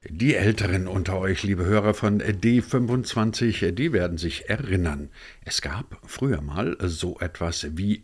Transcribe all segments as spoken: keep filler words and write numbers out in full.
Die Älteren unter euch, liebe Hörer von D fünfundzwanzig, die werden sich erinnern. Es gab früher mal so etwas wie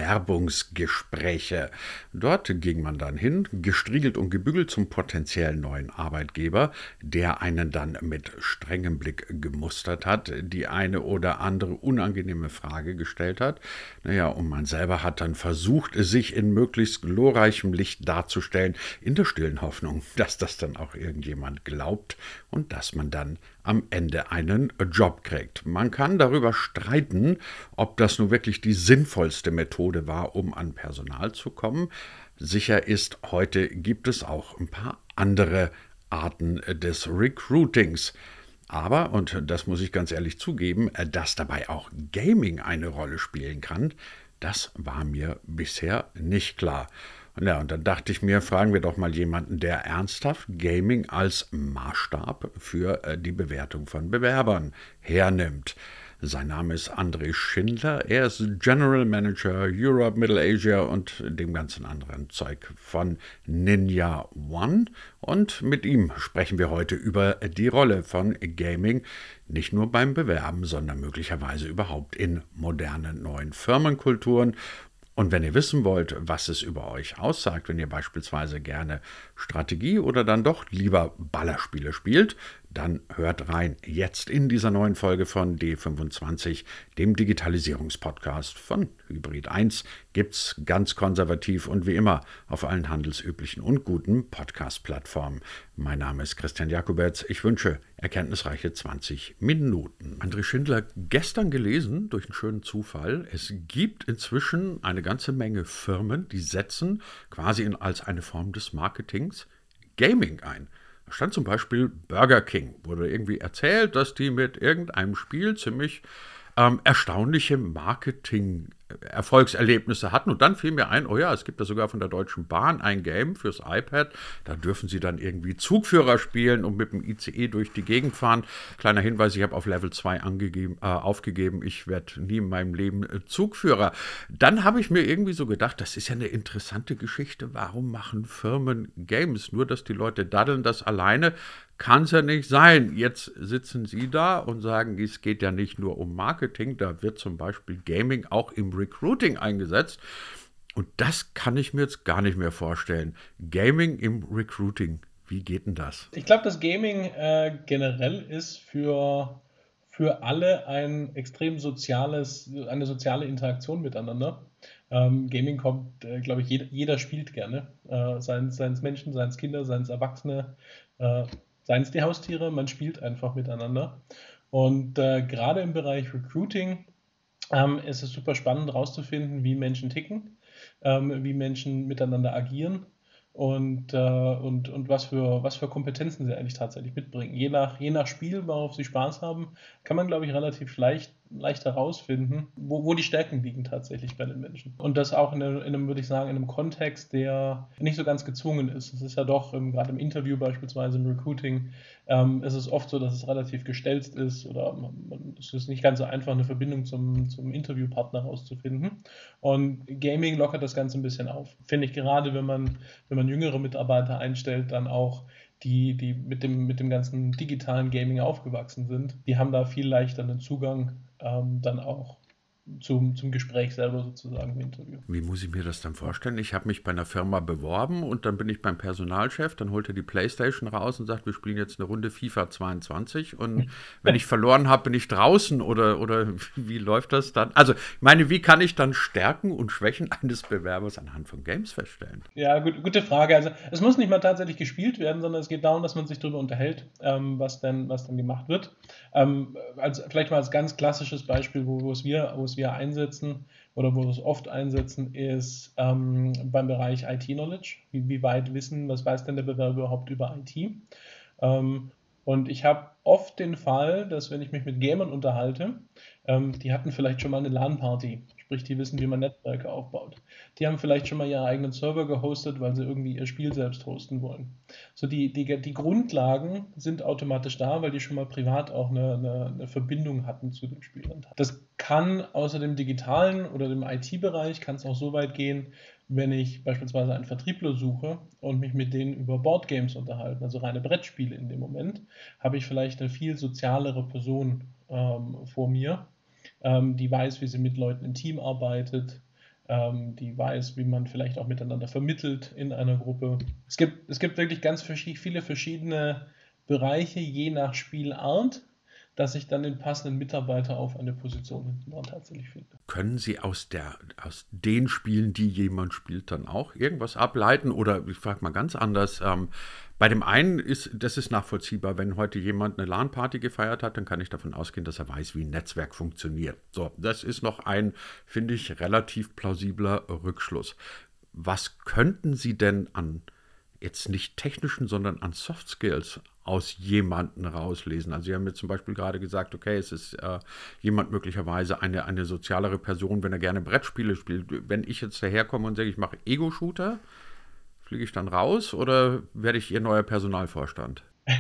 Bewerbungsgespräche. Dort ging man dann hin, gestriegelt und gebügelt zum potenziellen neuen Arbeitgeber, der einen dann mit strengem Blick gemustert hat, die eine oder andere unangenehme Frage gestellt hat. Naja, und man selber hat dann versucht, sich in möglichst glorreichem Licht darzustellen, in der stillen Hoffnung, dass das dann auch irgendjemand glaubt und dass man dann am Ende einen Job kriegt. Man kann darüber streiten, ob das nun wirklich die sinnvollste Methode war, um an Personal zu kommen. Sicher ist, heute gibt es auch ein paar andere Arten des Recruitings. Aber, und das muss ich ganz ehrlich zugeben, dass dabei auch Gaming eine Rolle spielen kann, das war mir bisher nicht klar. Ja, und dann dachte ich mir, fragen wir doch mal jemanden, der ernsthaft Gaming als Maßstab für die Bewertung von Bewerbern hernimmt. Sein Name ist André Schindler, er ist General Manager Europe, Middle Asia und dem ganzen anderen Zeug von Ninja One. Und mit ihm sprechen wir heute über die Rolle von Gaming, nicht nur beim Bewerben, sondern möglicherweise überhaupt in modernen neuen Firmenkulturen. Und wenn ihr wissen wollt, was es über euch aussagt, wenn ihr beispielsweise gerne Strategie oder dann doch lieber Ballerspiele spielt, dann hört rein jetzt in dieser neuen Folge von D fünfundzwanzig, dem Digitalisierungspodcast von Hybrid eins, gibt's ganz konservativ und wie immer auf allen handelsüblichen und guten Podcast-Plattformen. Mein Name ist Christian Jakubetz. Ich wünsche erkenntnisreiche zwanzig Minuten. André Schindler, gestern gelesen, durch einen schönen Zufall, es gibt inzwischen eine ganze Menge Firmen, die setzen quasi in, als eine Form des Marketings Gaming ein. Da stand zum Beispiel Burger King, wurde irgendwie erzählt, dass die mit irgendeinem Spiel ziemlich ähm, erstaunliche Marketing-Erfolgserlebnisse hatten. Und dann fiel mir ein, oh ja, es gibt ja sogar von der Deutschen Bahn ein Game fürs iPad. Da dürfen sie dann irgendwie Zugführer spielen und mit dem I C E durch die Gegend fahren. Kleiner Hinweis, ich habe auf Level zwei angegeben, äh, aufgegeben, ich werde nie in meinem Leben äh, Zugführer. Dann habe ich mir irgendwie so gedacht, das ist ja eine interessante Geschichte. Warum machen Firmen Games? Nur, dass die Leute daddeln, das alleine kann es ja nicht sein. Jetzt sitzen Sie da und sagen, es geht ja nicht nur um Marketing, da wird zum Beispiel Gaming auch im Recruiting eingesetzt. Und das kann ich mir jetzt gar nicht mehr vorstellen. Gaming im Recruiting, wie geht denn das? Ich glaube, das Gaming äh, generell ist für, für alle ein extrem soziales, eine soziale Interaktion miteinander. Ähm, Gaming kommt, äh, glaube ich, jeder, jeder spielt gerne. Äh, seien es Menschen, seien es Kinder, seien es Erwachsene, äh, seien es die Haustiere, man spielt einfach miteinander. Und äh, gerade im Bereich Recruiting ähm, ist es super spannend herauszufinden, wie Menschen ticken, ähm, wie Menschen miteinander agieren und, äh, und, und was, für, was für Kompetenzen sie eigentlich tatsächlich mitbringen. Je nach, je nach Spiel, worauf sie Spaß haben, kann man, glaube ich, relativ leicht, leicht herausfinden, wo, wo die Stärken liegen tatsächlich bei den Menschen. Und das auch in einem, in einem, würde ich sagen, in einem Kontext, der nicht so ganz gezwungen ist. Es ist ja doch, ähm, gerade im Interview beispielsweise, im Recruiting, ähm, ist es oft so, dass es relativ gestelzt ist oder man, man, es ist nicht ganz so einfach, eine Verbindung zum, zum Interviewpartner herauszufinden. Und Gaming lockert das Ganze ein bisschen auf. Finde ich gerade, wenn man, wenn man jüngere Mitarbeiter einstellt, dann auch die, die mit dem, mit dem ganzen digitalen Gaming aufgewachsen sind, die haben da viel leichter einen Zugang ähm, dann auch zum, zum Gespräch selber sozusagen im Interview. Wie muss ich mir das dann vorstellen? Ich habe mich bei einer Firma beworben und dann bin ich beim Personalchef, dann holt er die Playstation raus und sagt, wir spielen jetzt eine Runde FIFA zweiundzwanzig und wenn ich verloren habe, bin ich draußen oder, oder wie läuft das dann? Also ich meine, wie kann ich dann Stärken und Schwächen eines Bewerbers anhand von Games feststellen? Ja, gut, gute Frage. Also es muss nicht mal tatsächlich gespielt werden, sondern es geht darum, dass man sich darüber unterhält, ähm, was denn, was dann gemacht wird. Ähm, als, vielleicht mal als ganz klassisches Beispiel, wo, wo es wir, wo es wir einsetzen oder wo wir es oft einsetzen, ist ähm, beim Bereich I T-Knowledge. Wie, wie weit wissen, was weiß denn der Bewerber überhaupt über I T? Ähm, und ich habe oft den Fall, dass wenn ich mich mit Gamern unterhalte, ähm, die hatten vielleicht schon mal eine LAN-Party, sprich, die wissen, wie man Netzwerke aufbaut. Die haben vielleicht schon mal ihre eigenen Server gehostet, weil sie irgendwie ihr Spiel selbst hosten wollen. So die, die, die Grundlagen sind automatisch da, weil die schon mal privat auch eine, eine, eine Verbindung hatten zu den Spielern. Das kann außer dem digitalen oder dem I T-Bereich, kann es auch so weit gehen, wenn ich beispielsweise einen Vertriebler suche und mich mit denen über Boardgames unterhalte, also reine Brettspiele in dem Moment, habe ich vielleicht eine viel sozialere Person ähm, vor mir, ähm, die weiß, wie sie mit Leuten im Team arbeitet, ähm, die weiß, wie man vielleicht auch miteinander vermittelt in einer Gruppe. Es gibt, es gibt wirklich ganz verschi- viele verschiedene Bereiche, je nach Spielart, dass ich dann den passenden Mitarbeiter auf eine Position hinten dran tatsächlich finde. Können Sie aus, der, aus den Spielen, die jemand spielt, dann auch irgendwas ableiten? Oder ich frage mal ganz anders. Ähm, bei dem einen ist, das ist nachvollziehbar, wenn heute jemand eine LAN-Party gefeiert hat, dann kann ich davon ausgehen, dass er weiß, wie ein Netzwerk funktioniert. So, das ist noch ein, finde ich, relativ plausibler Rückschluss. Was könnten Sie denn an jetzt nicht technischen, sondern an Soft Skills aus jemanden rauslesen? Also Sie haben mir zum Beispiel gerade gesagt, okay, es ist äh, jemand möglicherweise eine, eine sozialere Person, wenn er gerne Brettspiele spielt. Wenn ich jetzt daherkomme und sage, ich mache Ego-Shooter, fliege ich dann raus oder werde ich Ihr neuer Personalvorstand?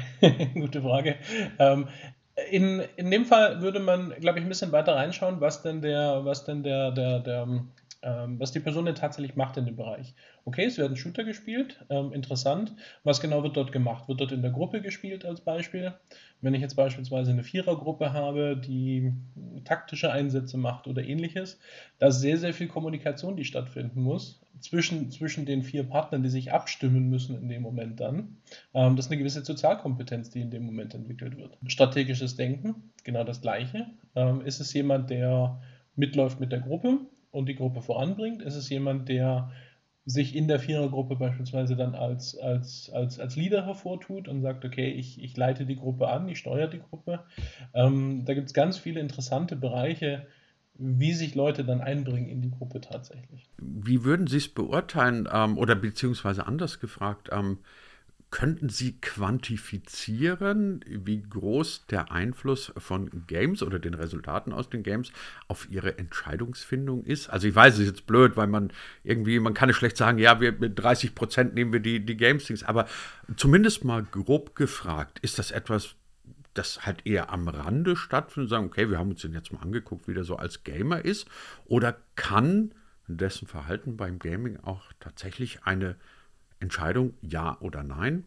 Gute Frage. Ähm, in, in dem Fall würde man, glaube ich, ein bisschen weiter reinschauen, was denn der, was denn der, der, der ähm, was die Person denn tatsächlich macht in dem Bereich. Okay, es werden Shooter gespielt, ähm, interessant. Was genau wird dort gemacht? Wird dort in der Gruppe gespielt als Beispiel? Wenn ich jetzt beispielsweise eine Vierergruppe habe, die taktische Einsätze macht oder ähnliches, da ist sehr, sehr viel Kommunikation, die stattfinden muss zwischen, zwischen den vier Partnern, die sich abstimmen müssen in dem Moment dann. Ähm, das ist eine gewisse Sozialkompetenz, die in dem Moment entwickelt wird. Strategisches Denken, genau das Gleiche. Ähm, ist es jemand, der mitläuft mit der Gruppe und die Gruppe voranbringt? Ist es jemand, der sich in der Vierergruppe beispielsweise dann als, als, als, als Leader hervortut und sagt, okay, ich, ich leite die Gruppe an, ich steuere die Gruppe. Ähm, da gibt es ganz viele interessante Bereiche, wie sich Leute dann einbringen in die Gruppe tatsächlich. Wie würden Sie es beurteilen ähm, oder beziehungsweise anders gefragt, ähm, könnten Sie quantifizieren, wie groß der Einfluss von Games oder den Resultaten aus den Games auf Ihre Entscheidungsfindung ist? Also ich weiß, es ist jetzt blöd, weil man irgendwie, man kann nicht schlecht sagen, ja, wir mit dreißig Prozent nehmen wir die, die Games-Dings, aber zumindest mal grob gefragt, ist das etwas, das halt eher am Rande stattfindet, sagen, okay, wir haben uns den jetzt mal angeguckt, wie der so als Gamer ist, oder kann dessen Verhalten beim Gaming auch tatsächlich eine Entscheidung, ja oder nein,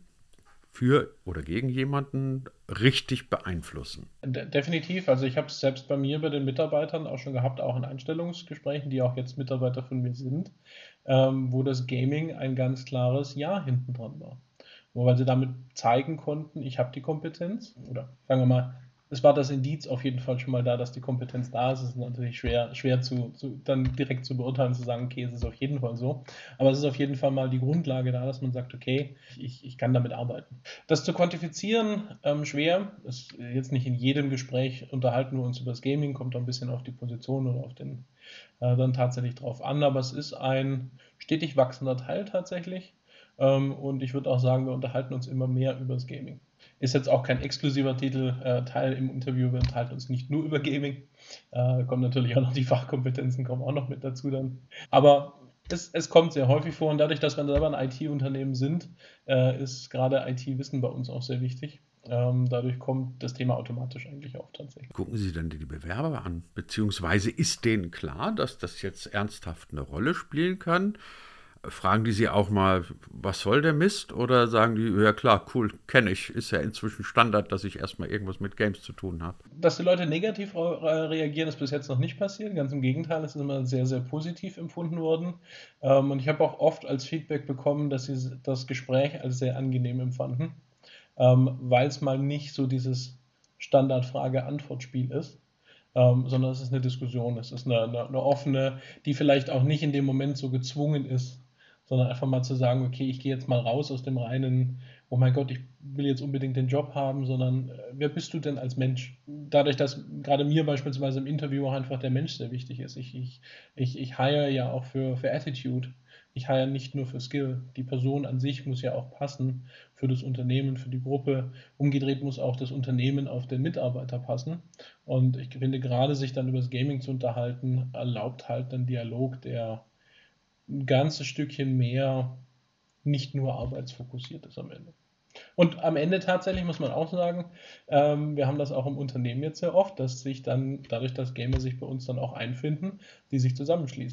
für oder gegen jemanden richtig beeinflussen? De definitiv. Also ich habe es selbst bei mir bei den Mitarbeitern auch schon gehabt, auch in Einstellungsgesprächen, die auch jetzt Mitarbeiter von mir sind, ähm, wo das Gaming ein ganz klares Ja hinten dran war. Nur weil sie damit zeigen konnten, ich habe die Kompetenz, oder sagen wir mal, es war das Indiz auf jeden Fall schon mal da, dass die Kompetenz da ist. Es ist natürlich schwer, schwer zu, zu, dann direkt zu beurteilen, zu sagen, okay, es ist auf jeden Fall so. Aber es ist auf jeden Fall mal die Grundlage da, dass man sagt, okay, ich, ich kann damit arbeiten. Das zu quantifizieren, ähm, schwer. Ist jetzt nicht in jedem Gespräch unterhalten wir uns über das Gaming, kommt auch ein bisschen auf die Position oder auf den äh, dann tatsächlich drauf an. Aber es ist ein stetig wachsender Teil tatsächlich. Ähm, und ich würde auch sagen, wir unterhalten uns immer mehr über das Gaming. Ist jetzt auch kein exklusiver Titel, äh, Teil im Interview. Wir unterhalten uns nicht nur über Gaming. Äh, kommen natürlich auch noch die Fachkompetenzen, kommen auch noch mit dazu dann. Aber es, es kommt sehr häufig vor und dadurch, dass wir selber ein I T-Unternehmen sind, äh, ist gerade I T-Wissen bei uns auch sehr wichtig. Ähm, dadurch kommt das Thema automatisch eigentlich auf tatsächlich. Gucken Sie denn die Bewerber an? Beziehungsweise ist denen klar, dass das jetzt ernsthaft eine Rolle spielen kann? Fragen die Sie auch mal, was soll der Mist? Oder sagen die, ja klar, cool, kenne ich. Ist ja inzwischen Standard, dass ich erstmal irgendwas mit Games zu tun habe. Dass die Leute negativ reagieren, ist bis jetzt noch nicht passiert. Ganz im Gegenteil, es ist immer sehr, sehr positiv empfunden worden. Ähm, und ich habe auch oft als Feedback bekommen, dass sie das Gespräch als sehr angenehm empfanden, ähm, weil es mal nicht so dieses Standard-Frage-Antwort-Spiel ist. Ähm, sondern es ist eine Diskussion, es ist eine, eine, eine offene, die vielleicht auch nicht in dem Moment so gezwungen ist, sondern einfach mal zu sagen, okay, ich gehe jetzt mal raus aus dem reinen, oh mein Gott, ich will jetzt unbedingt den Job haben, sondern äh, wer bist du denn als Mensch? Dadurch, dass gerade mir beispielsweise im Interview auch einfach der Mensch sehr wichtig ist. Ich, ich, ich, ich hire ja auch für, für Attitude. Ich hire nicht nur für Skill. Die Person an sich muss ja auch passen für das Unternehmen, für die Gruppe. Umgedreht muss auch das Unternehmen auf den Mitarbeiter passen. Und ich finde, gerade sich dann über das Gaming zu unterhalten, erlaubt halt einen Dialog, der ein ganzes Stückchen mehr nicht nur arbeitsfokussiert ist am Ende. Und am Ende tatsächlich muss man auch sagen, ähm, wir haben das auch im Unternehmen jetzt sehr oft, dass sich dann dadurch, dass Gamer sich bei uns dann auch einfinden, die sich zusammenschließen.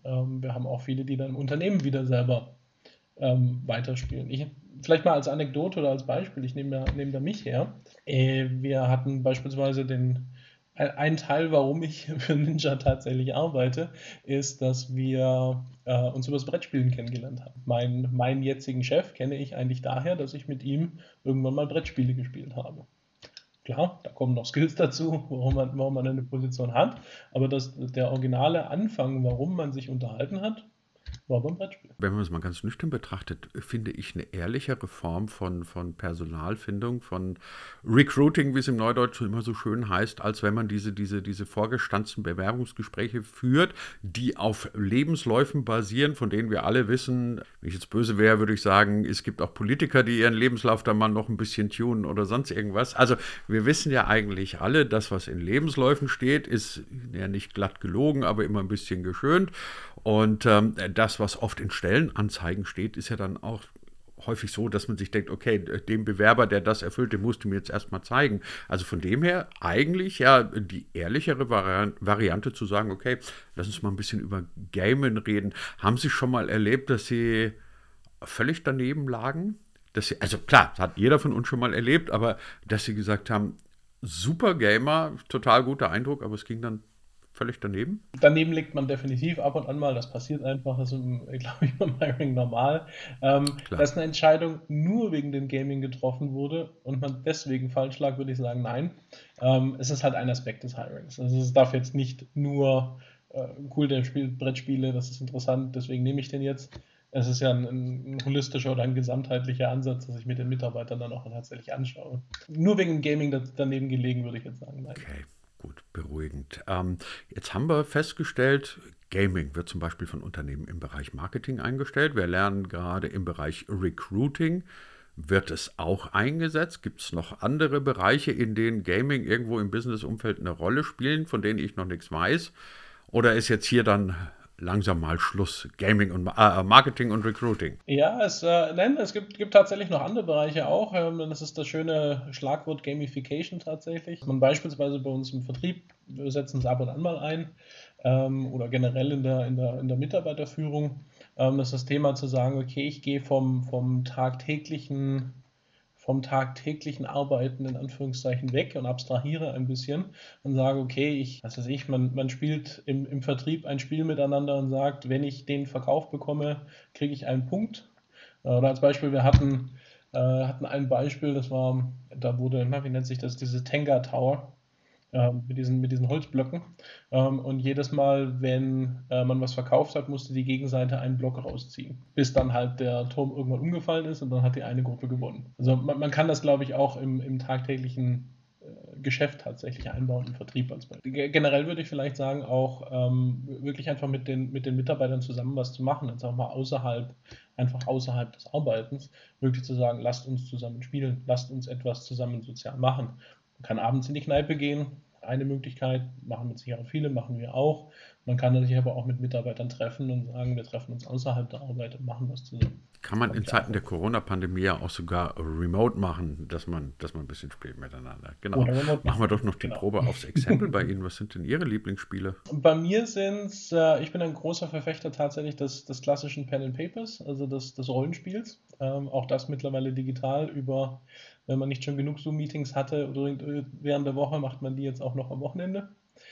Ähm, wir haben auch viele, die dann im Unternehmen wieder selber ähm, weiterspielen. Ich, vielleicht mal als Anekdote oder als Beispiel, ich nehme da, nehme da mich her. Äh, wir hatten beispielsweise den, ein, ein Teil, warum ich für Ninja tatsächlich arbeite, ist, dass wir äh, uns über das Brettspielen kennengelernt haben. Mein, meinen jetzigen Chef kenne ich eigentlich daher, dass ich mit ihm irgendwann mal Brettspiele gespielt habe. Klar, da kommen noch Skills dazu, warum man, warum man eine Position hat, aber das, der originale Anfang, warum man sich unterhalten hat, war beim Brettspiel. Wenn man es mal ganz nüchtern betrachtet, finde ich eine ehrlichere Form von, von Personalfindung, von Recruiting, wie es im Neudeutschen immer so schön heißt, als wenn man diese, diese, diese vorgestanzten Bewerbungsgespräche führt, die auf Lebensläufen basieren, von denen wir alle wissen, wenn ich jetzt böse wäre, würde ich sagen, es gibt auch Politiker, die ihren Lebenslauf da mal noch ein bisschen tunen oder sonst irgendwas. Also wir wissen ja eigentlich alle, das, was in Lebensläufen steht, ist ja nicht glatt gelogen, aber immer ein bisschen geschönt. Und ähm, das, was oft in Stellenanzeigen steht, ist ja dann auch häufig so, dass man sich denkt, okay, dem Bewerber, der das erfüllt, den musst du mir jetzt erstmal zeigen. Also von dem her eigentlich ja die ehrlichere Vari- Variante zu sagen, okay, lass uns mal ein bisschen über Gamen reden. Haben Sie schon mal erlebt, dass Sie völlig daneben lagen? Dass Sie, also klar, das hat jeder von uns schon mal erlebt, aber dass Sie gesagt haben, super Gamer, total guter Eindruck, aber es ging dann völlig daneben? Daneben liegt man definitiv ab und an mal, das passiert einfach, das ist, glaube ich, beim Hiring normal. Ähm, Klar. dass eine Entscheidung nur wegen dem Gaming getroffen wurde und man deswegen falsch lag, würde ich sagen, nein. Ähm, es ist halt ein Aspekt des Hirings. Also es darf jetzt nicht nur, äh, cool, der spielt Brettspiele, das ist interessant, deswegen nehme ich den jetzt. Es ist ja ein, ein holistischer oder ein gesamtheitlicher Ansatz, dass ich mir den Mitarbeitern dann auch tatsächlich anschaue. Nur wegen Gaming daneben gelegen, würde ich jetzt sagen, nein. Okay. Gut, beruhigend. Ähm, jetzt haben wir festgestellt, Gaming wird zum Beispiel von Unternehmen im Bereich Marketing eingestellt. Wir lernen gerade im Bereich Recruiting, wird es auch eingesetzt. Gibt es noch andere Bereiche, in denen Gaming irgendwo im Business-Umfeld eine Rolle spielen, von denen ich noch nichts weiß? Oder ist jetzt hier dann langsam mal Schluss, Gaming und äh, Marketing und Recruiting? Ja, es, äh, nein, es gibt, gibt tatsächlich noch andere Bereiche auch. Ähm, das ist das schöne Schlagwort Gamification tatsächlich. Man beispielsweise bei uns im Vertrieb, wir setzen es ab und an mal ein, ähm, oder generell in der, in der, in der Mitarbeiterführung. Ähm, das ist das Thema zu sagen, okay, ich gehe vom, vom tagtäglichen vom tagtäglichen Arbeiten in Anführungszeichen weg und abstrahiere ein bisschen und sage, okay, ich, was weiß ich, man, man spielt im, im Vertrieb ein Spiel miteinander und sagt, wenn ich den Verkauf bekomme, kriege ich einen Punkt. Oder als Beispiel, wir hatten, äh, hatten ein Beispiel, das war, da wurde, na, wie nennt sich das, diese Tenga Tower. Ähm, mit, diesen, mit diesen Holzblöcken. Ähm, und jedes Mal, wenn äh, man was verkauft hat, musste die Gegenseite einen Block rausziehen. Bis dann halt der Turm irgendwann umgefallen ist und dann hat die eine Gruppe gewonnen. Also man, man kann das, glaube ich, auch im, im tagtäglichen äh, Geschäft tatsächlich einbauen, im Vertrieb als Beispiel. Generell würde ich vielleicht sagen, auch ähm, wirklich einfach mit den, mit den Mitarbeitern zusammen was zu machen, jetzt auch mal außerhalb, einfach außerhalb des Arbeitens, wirklich zu sagen, lasst uns zusammen spielen, lasst uns etwas zusammen sozial machen. Man kann abends in die Kneipe gehen, eine Möglichkeit, machen mit Sicherheit viele, machen wir auch. Man kann sich aber auch mit Mitarbeitern treffen und sagen, wir treffen uns außerhalb der Arbeit und machen was zusammen. Kann man in Zeiten der Corona-Pandemie ja auch sogar remote machen, dass man, dass man ein bisschen spielt miteinander. Genau. Machen wir doch noch die genau. Probe aufs Exempel bei Ihnen. Was sind denn Ihre Lieblingsspiele? Bei mir sind es, äh, ich bin ein großer Verfechter tatsächlich des, des klassischen Pen and Papers, also des, des Rollenspiels. Ähm, auch das mittlerweile digital über, wenn man nicht schon genug Zoom-Meetings hatte oder während der Woche, macht man die jetzt auch noch am Wochenende.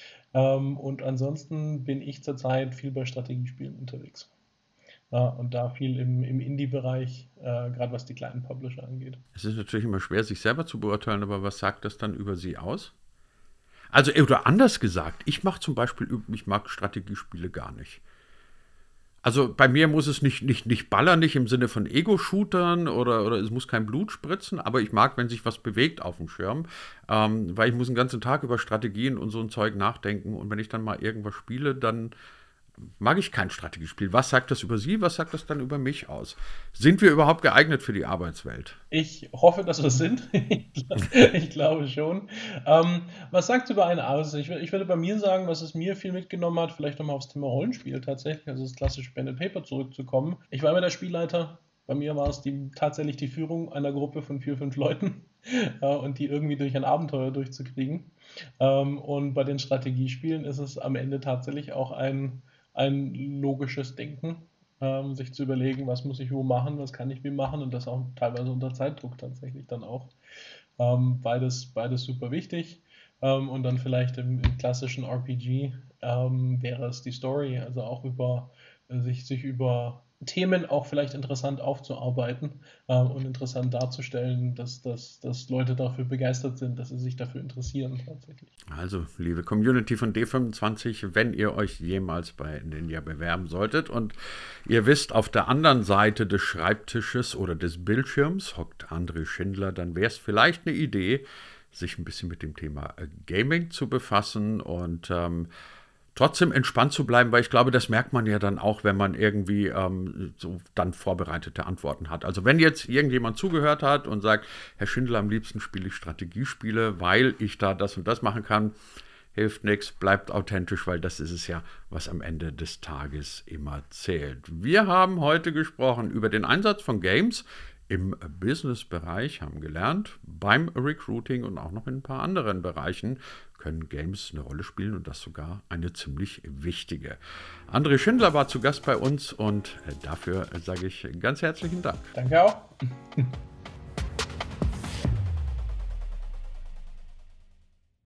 Ähm, und ansonsten bin ich zurzeit viel bei Strategiespielen unterwegs. Ja, und da viel im, im Indie-Bereich, äh, gerade was die kleinen Publisher angeht. Es ist natürlich immer schwer, sich selber zu beurteilen, aber was sagt das dann über Sie aus? Also, oder anders gesagt, ich mache zum Beispiel, ich mag Strategiespiele gar nicht. Also bei mir muss es nicht, nicht, nicht ballern, nicht im Sinne von Ego-Shootern oder, oder es muss kein Blut spritzen, aber ich mag, wenn sich was bewegt auf dem Schirm, ähm, weil ich muss den ganzen Tag über Strategien und so ein Zeug nachdenken und wenn ich dann mal irgendwas spiele, dann mag ich kein Strategiespiel. Was sagt das über Sie? Was sagt das dann über mich aus? Sind wir überhaupt geeignet für die Arbeitswelt? Ich hoffe, dass wir es sind. Ich glaube schon. Ähm, was sagt es über einen aus? Ich, ich würde bei mir sagen, was es mir viel mitgenommen hat, vielleicht nochmal aufs Thema Rollenspiel tatsächlich, also das klassische Pen and Paper zurückzukommen. Ich war immer der Spielleiter. Bei mir war es die, tatsächlich die Führung einer Gruppe von vier, fünf Leuten äh, und die irgendwie durch ein Abenteuer durchzukriegen. Ähm, und bei den Strategiespielen ist es am Ende tatsächlich auch ein ein logisches Denken, ähm, sich zu überlegen, was muss ich wo machen, was kann ich wie machen und das auch teilweise unter Zeitdruck tatsächlich dann auch. Ähm, beides, beides super wichtig. Ähm, und dann vielleicht im, im klassischen R P G ähm, wäre es die Story, also auch über äh, sich, sich über Themen auch vielleicht interessant aufzuarbeiten äh, und interessant darzustellen, dass, dass, dass Leute dafür begeistert sind, dass sie sich dafür interessieren tatsächlich. Also, liebe Community von D fünfundzwanzig, wenn ihr euch jemals bei Ninja bewerben solltet und ihr wisst, auf der anderen Seite des Schreibtisches oder des Bildschirms hockt André Schindler, dann wäre es vielleicht eine Idee, sich ein bisschen mit dem Thema Gaming zu befassen und ähm, trotzdem entspannt zu bleiben, weil ich glaube, das merkt man ja dann auch, wenn man irgendwie ähm, so dann vorbereitete Antworten hat. Also wenn jetzt irgendjemand zugehört hat und sagt, Herr Schindler, am liebsten spiele ich Strategiespiele, weil ich da das und das machen kann, hilft nichts, bleibt authentisch, weil das ist es ja, was am Ende des Tages immer zählt. Wir haben heute gesprochen über den Einsatz von Games im Business-Bereich, haben gelernt, beim Recruiting und auch noch in ein paar anderen Bereichen können Games eine Rolle spielen und das sogar eine ziemlich wichtige. André Schindler war zu Gast bei uns und dafür sage ich ganz herzlichen Dank. Danke auch.